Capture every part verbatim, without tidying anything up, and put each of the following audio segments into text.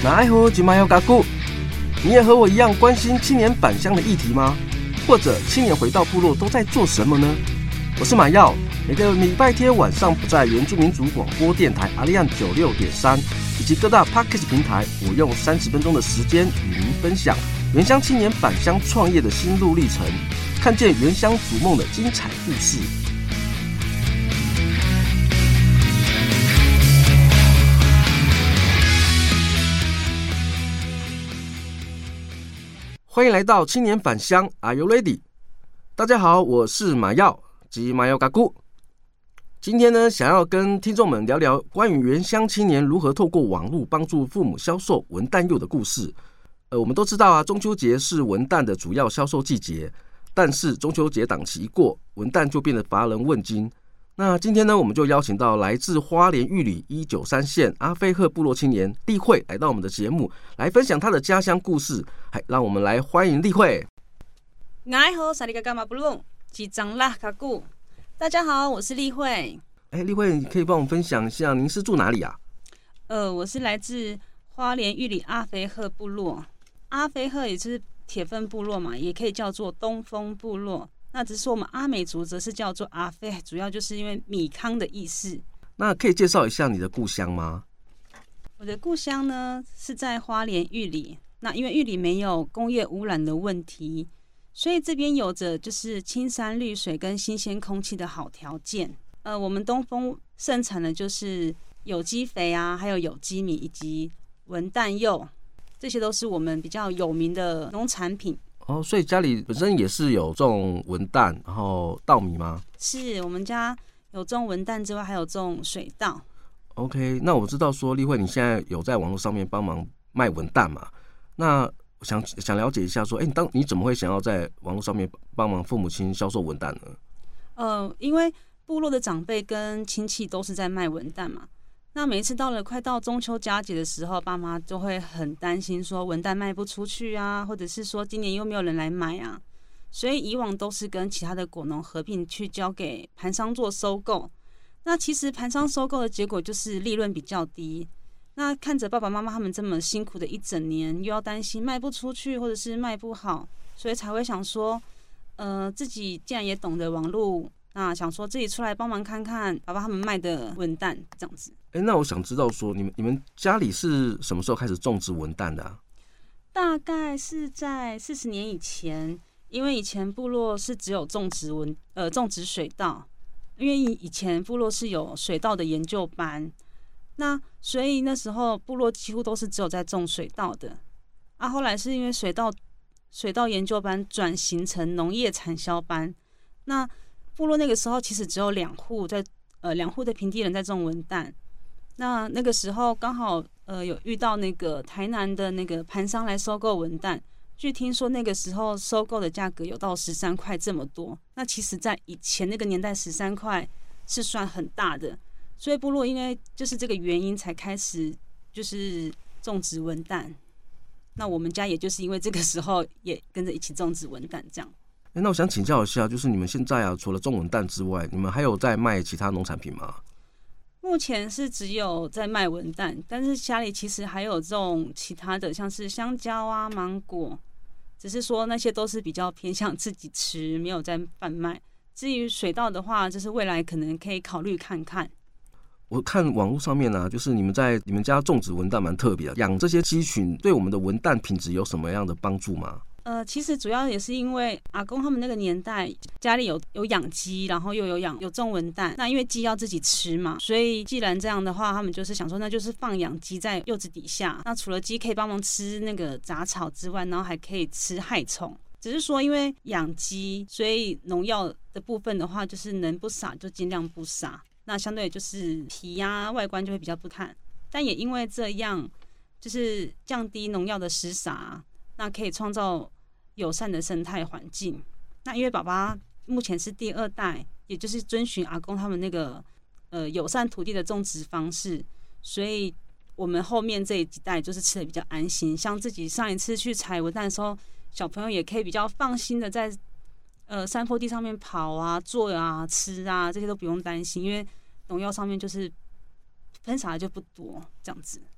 那爱好就买要嘎咕。你也和我一样关心青年返乡的议题吗？或者青年回到部落都在做什么呢？我是马耀，每个礼拜天晚上不在原住民族广播电台阿利安九六点三以及各大 Podcast 平台，我用三十分钟的时间与您分享原乡青年返乡创业的心路历程，看见原乡逐梦的精彩故事。欢迎来到青年返乡 Are you ready？ 大家好，我是马耀及马耀嘎咕。今天呢，想要跟听众们聊聊关于原乡青年如何透过网络帮助父母销售文旦柚的故事。呃，我们都知道啊，中秋节是文旦的主要销售季节，但是中秋节档期一过，文旦就变得乏人问津。那今天呢，我们就邀请到来自花莲玉里一九三县阿非赫部落青年丽慧来到我们的节目，来分享她的家乡故事。还让我们来欢迎丽慧。 爱好萨利嘎嘎马布隆吉张拉卡古，大家好，我是丽慧。 哎，丽慧，你可以帮我们分享一下，您是住哪里啊？ 呃，我是来自花莲玉里阿非赫部落。阿非赫也就是铁分部落嘛，也可以叫做东风部落。那只是我们阿美族则是叫做阿非，主要就是因为米糠的意思。 那可以介绍一下你的故乡吗？ 我的故乡呢是在花莲玉里。那因为玉里没有工业污染的问题，所以这边有着就是青山绿水跟新鲜空气的好条件。呃，我们东风盛产的就是有机肥啊，还有有机米以及文旦柚，这些都是我们比较有名的农产品。 哦，所以家里本身也是有种文旦，然后稻米吗？ 是我们家有种文旦之外，还有种水稻。 OK， 那我知道说丽慧你现在有在网络上面帮忙卖文旦嘛？那想想了解一下说，哎，你当你怎么会想要在网络上面帮忙父母亲销售文旦呢？ 呃，因为部落的长辈跟亲戚都是在卖文旦嘛。那每一次到了快到中秋佳节的时候，爸妈就会很担心说文旦卖不出去啊，或者是说今年又没有人来买啊，所以以往都是跟其他的果农合并去交给盘商做收购。那其实盘商收购的结果就是利润比较低。那看着爸爸妈妈他们这么辛苦的一整年，又要担心卖不出去或者是卖不好，所以才会想说，呃，自己既然也懂得网络，那想说自己出来帮忙看看爸爸他们卖的文旦这样子。 哎，那我想知道说，你们你们家里是什么时候开始种植文旦的啊？ 大概是在四十年以前，因为以前部落是只有种植文呃种植水稻，因为以前部落是有水稻的研究班，那所以那时候部落几乎都是只有在种水稻的。啊，后来是因为水稻水稻研究班转型成农业产销班，那部落那个时候其实只有两户在呃两户的平地人在种文旦。那那个时候刚好呃有遇到那个台南的那个盘商来收购文旦，据听说那个时候收购的价格有到十三块这么多。那其实在以前那个年代十三块是算很大的，所以部落因为就是这个原因才开始就是种植文旦。那我们家也就是因为这个时候也跟着一起种植文旦这样。 那我想请教一下，就是你们现在啊，除了种文旦之外，你们还有在卖其他农产品吗？ 目前是只有在卖文旦，但是家里其实还有种其他的，像是香蕉啊、芒果，只是说那些都是比较偏向自己吃，没有在贩卖。至于水稻的话，就是未来可能可以考虑看看。 我看网络上面啊，就是你们在你们家种植文旦蛮特别的，养这些鸡群对我们的文旦品质有什么样的帮助吗？ 呃，其实主要也是因为阿公他们那个年代家里有有养鸡，然后又有养有种文旦，那因为鸡要自己吃嘛，所以既然这样的话，他们就是想说，那就是放养鸡在柚子底下。那除了鸡可以帮忙吃那个杂草之外，然后还可以吃害虫。只是说因为养鸡，所以农药的部分的话，就是能不撒就尽量不撒。那相对就是皮呀、啊、外观就会比较不看，但也因为这样，就是降低农药的施撒，那可以创造友善的生态环境。那因为爸爸目前是第二代，也就是遵循阿公他们那个呃友善土地的种植方式，所以我们后面这一几代就是吃的比较安心。像自己上一次去采文旦的时候，小朋友也可以比较放心的在呃山坡地上面跑啊、坐啊、吃啊，这些都不用担心，因为农药上面就是喷洒的就不多这样子。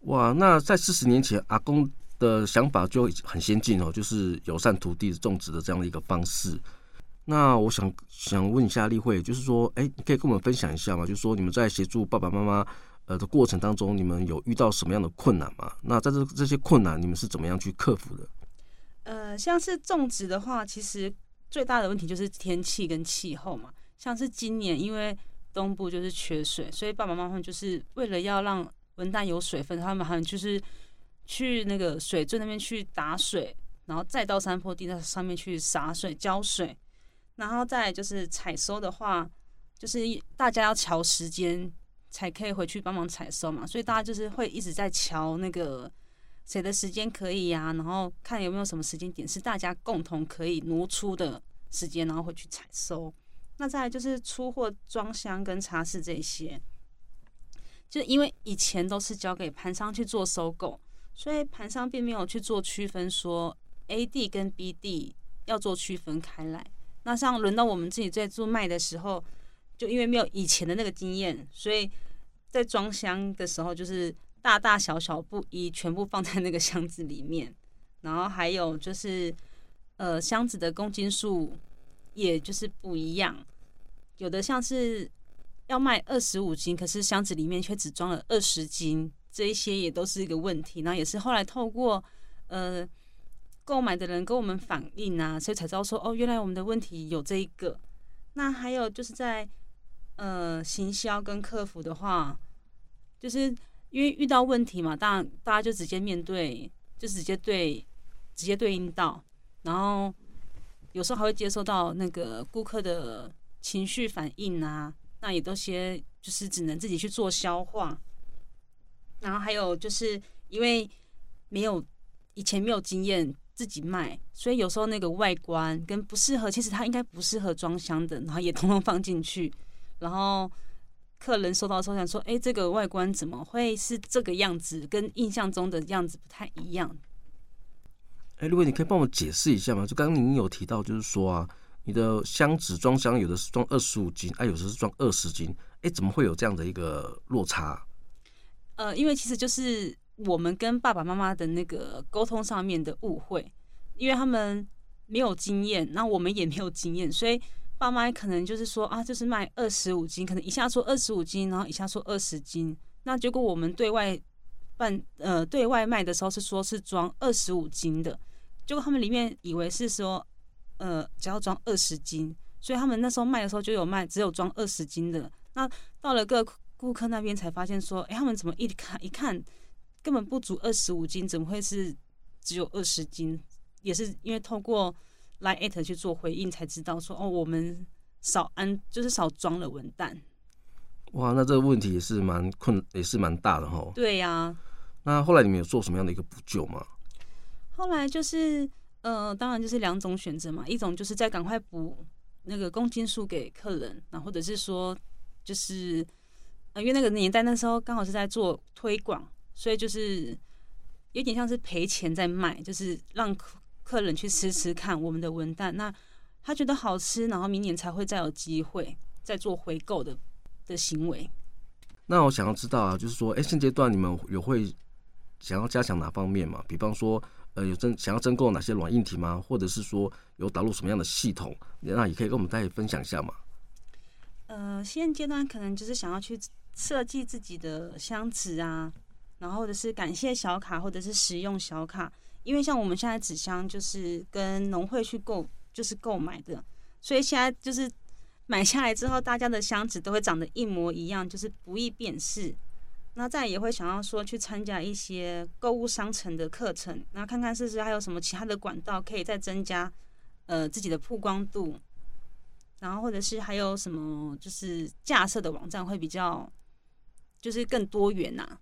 哇，那在四十年前，阿公的想法就很先进哦，就是友善土地种植的这样的一个方式。那我想想问一下立慧，就是说，哎，你可以跟我们分享一下吗？就是说，你们在协助爸爸妈妈呃的过程当中，你们有遇到什么样的困难吗？那在这这些困难，你们是怎么样去克服的？ 呃，像是种植的话，其实最大的问题就是天气跟气候嘛。像是今年因为东部就是缺水，所以爸爸妈妈就是为了要让文旦有水分，他们还就是去那个水圳那边去打水，然后再到山坡地那上面去洒水浇水，然后再来就是采收的话，就是大家要瞧时间才可以回去帮忙采收嘛，所以大家就是会一直在瞧那个谁的时间可以呀、啊，然后看有没有什么时间点是大家共同可以挪出的时间，然后回去采收。那再来就是出货、装箱跟茶室这些，就因为以前都是交给盘商去做收购，所以盘商并没有去做区分，说 A 地跟 B 地要做区分开来。那像轮到我们自己在做卖的时候，就因为没有以前的那个经验，所以在装箱的时候就是大大小小不一，全部放在那个箱子里面。然后还有就是呃箱子的公斤数也就是不一样，有的像是要卖二十五斤，可是箱子里面却只装了二十斤，这一些也都是一个问题。然后也是后来透过呃购买的人跟我们反映啊，所以才知道说哦，原来我们的问题有这一个。那还有就是在呃行销跟客服的话，就是因为遇到问题嘛，当然大家就直接面对，就直接对直接对应到，然后有时候还会接收到那个顾客的情绪反应啊，那也都些就是只能自己去做消化。然后还有就是因为没有以前没有经验自己卖，所以有时候那个外观跟不适合，其实它应该不适合装箱的，然后也通通放进去，然后客人收到的时候想说，哎，这个外观怎么会是这个样子，跟印象中的样子不太一样。 哎，如果你可以帮我解释一下吗？就刚刚您有提到，就是说啊，你的箱子装箱有的是装二十五斤，啊，有的是装二十斤，哎，怎么会有这样的一个落差？ 呃，因为其实就是我们跟爸爸妈妈的那个沟通上面的误会，因为他们没有经验，那我们也没有经验，所以爸妈可能就是说啊，就是卖二十五斤，可能一下说二十五斤，然后一下说二十斤，那结果我们对外办呃对外卖的时候是说是装二十五斤的，结果他们里面以为是说呃只要装二十斤，所以他们那时候卖的时候就有卖只有装二十斤的。那到了各顾客那边才发现说，哎，他们怎么一看一看根本不足二十五斤，怎么会是只有二十斤？也是因为透过 Line@ 去做回应才知道说，哦，我们少安就是少装了文旦。 哇，那这个问题也是蛮困，也是蛮大的哈。 对呀、啊。 那后来你们有做什么样的一个补救吗？ 后来就是呃，当然就是两种选择嘛，一种就是再赶快补那个公斤数给客人，然后或者是说就是呃，因为那个年代那时候刚好是在做推广，所以就是有点像是赔钱在卖，就是让客人去吃吃看我们的文旦，那他觉得好吃，然后明年才会再有机会再做回购的的行为。 那我想要知道啊，就是说，哎，现阶段你们有会想要加强哪方面嘛？比方说，呃，有增想要增购哪些软硬体吗？或者是说有导入什么样的系统？那也可以跟我们再分享一下嘛。 呃，现阶段可能就是想要去设计自己的箱子啊，然后或者是感谢小卡，或者是实用小卡。因为像我们现在纸箱就是跟农会去购，就是购买的，所以现在就是买下来之后，大家的箱子都会长得一模一样，就是不易辨识。那再也会想要说去参加一些购物商城的课程，那看看是不是还有什么其他的管道可以再增加呃自己的曝光度，然后或者是还有什么就是架设的网站会比较就是更多元呐、啊。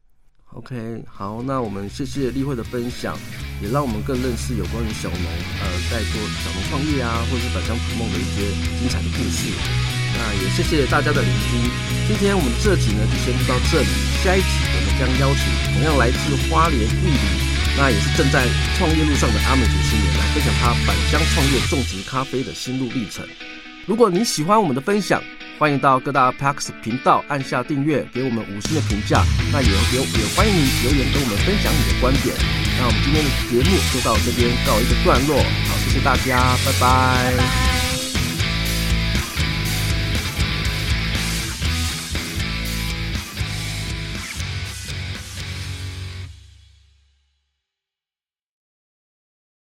OK， 好，那我们谢谢立慧的分享，也让我们更认识有关于小农呃在做小农创业啊，或者是返乡逐梦的一些精彩的故事。那也谢谢大家的聆听，今天我们这集呢就先录到这里，下一集我们将邀请同样来自花莲玉里，那也是正在创业路上的阿美族青年来分享他返乡创业种植咖啡的心路历程。如果你喜欢我们的分享， 欢迎到各大 Podcast 频道按下订阅，给我们五星的评价。那也也也欢迎你留言跟我们分享你的观点。那我们今天的节目就到这边告一个段落，好，谢谢大家，拜拜。 拜拜。